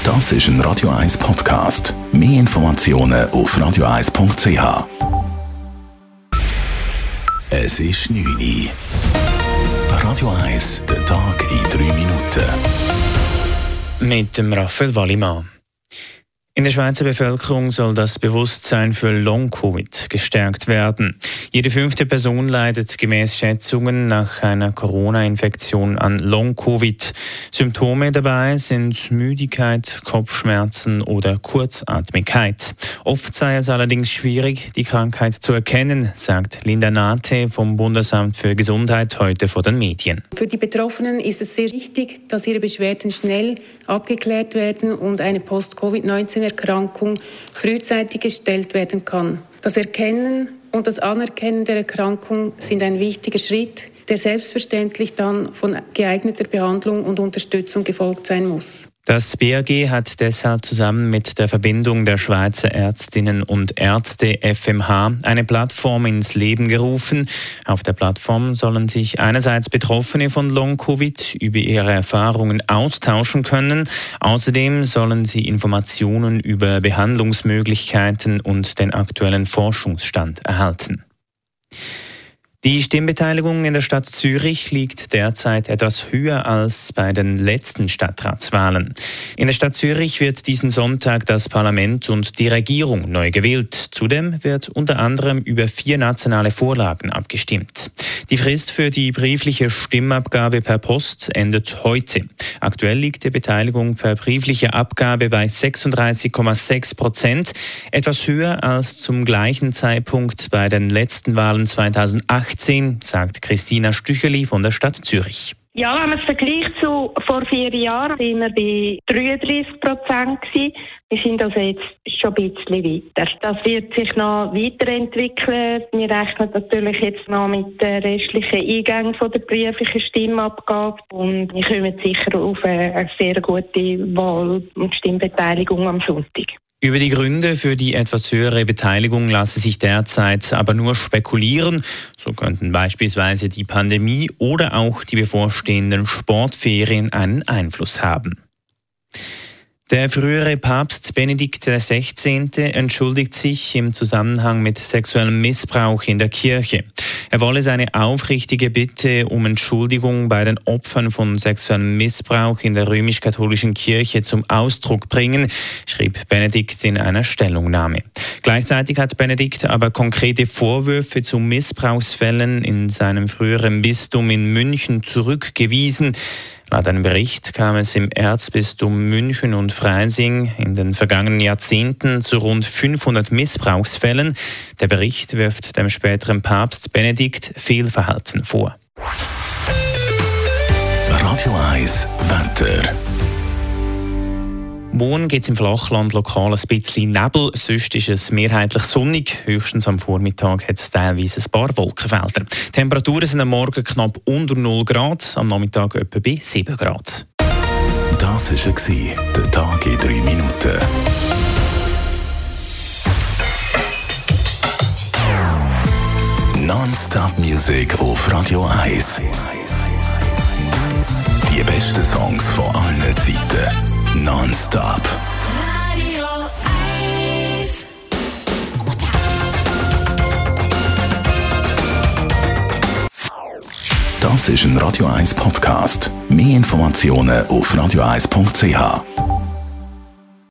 Das ist ein Radio 1 Podcast. Mehr Informationen auf radio1.ch. Es ist 9 Uhr. Radio 1, der Tag in 3 Minuten. Mit dem Raphael Wallimann. In der Schweizer Bevölkerung soll das Bewusstsein für Long-Covid gestärkt werden. Jede 5. Person leidet gemäß Schätzungen nach einer Corona-Infektion an Long-Covid. Symptome dabei sind Müdigkeit, Kopfschmerzen oder Kurzatmigkeit. Oft sei es allerdings schwierig, die Krankheit zu erkennen, sagt Linda Nate vom Bundesamt für Gesundheit heute vor den Medien. Für die Betroffenen ist es sehr wichtig, dass ihre Beschwerden schnell abgeklärt werden und eine Post-Covid-19-Erkrankung frühzeitig gestellt werden kann. Das Erkennen und das Anerkennen der Erkrankung sind ein wichtiger Schritt, der selbstverständlich dann von geeigneter Behandlung und Unterstützung gefolgt sein muss. Das BAG hat deshalb zusammen mit der Verbindung der Schweizer Ärztinnen und Ärzte FMH eine Plattform ins Leben gerufen. Auf der Plattform sollen sich einerseits Betroffene von Long-Covid über ihre Erfahrungen austauschen können. Außerdem sollen sie Informationen über Behandlungsmöglichkeiten und den aktuellen Forschungsstand erhalten. Die Stimmbeteiligung in der Stadt Zürich liegt derzeit etwas höher als bei den letzten Stadtratswahlen. In der Stadt Zürich wird diesen Sonntag das Parlament und die Regierung neu gewählt. Zudem wird unter anderem über 4 nationale Vorlagen abgestimmt. Die Frist für die briefliche Stimmabgabe per Post endet heute. Aktuell liegt die Beteiligung per briefliche Abgabe bei 36,6%, etwas höher als zum gleichen Zeitpunkt bei den letzten Wahlen 2018, sagt Christina Stücheli von der Stadt Zürich. Ja, wenn man es vergleicht zu vor 4 Jahren, waren wir bei 33%. Wir sind also jetzt schon ein bisschen weiter. Das wird sich noch weiterentwickeln. Wir rechnen natürlich jetzt noch mit den restlichen Eingängen von der brieflichen Stimmabgabe und wir kommen sicher auf eine sehr gute Wahl- und Stimmbeteiligung am Sonntag. Über die Gründe für die etwas höhere Beteiligung lasse sich derzeit aber nur spekulieren. So könnten beispielsweise die Pandemie oder auch die bevorstehenden Sportferien einen Einfluss haben. Der frühere Papst Benedikt XVI. Entschuldigt sich im Zusammenhang mit sexuellem Missbrauch in der Kirche. Er wolle seine aufrichtige Bitte um Entschuldigung bei den Opfern von sexuellem Missbrauch in der römisch-katholischen Kirche zum Ausdruck bringen, schrieb Benedikt in einer Stellungnahme. Gleichzeitig hat Benedikt aber konkrete Vorwürfe zu Missbrauchsfällen in seinem früheren Bistum in München zurückgewiesen. Laut einem Bericht kam es im Erzbistum München und Freising in den vergangenen Jahrzehnten zu rund 500 Missbrauchsfällen. Der Bericht wirft dem späteren Papst Benedikt Fehlverhalten vor. Radio 1 Wetter. Morgen gibt es im Flachland lokal ein bisschen Nebel, sonst ist es mehrheitlich sonnig. Höchstens am Vormittag hat es teilweise ein paar Wolkenfelder. Die Temperaturen sind am Morgen knapp unter 0 Grad, am Nachmittag etwa bei 7 Grad. Das war der Tag in 3 Minuten. Non-Stop-Musik auf Radio 1. Die besten Songs von allen Zeiten. Non-Stop. Radio 1. Das ist ein Radio 1 Podcast. Mehr Informationen auf radio1.ch.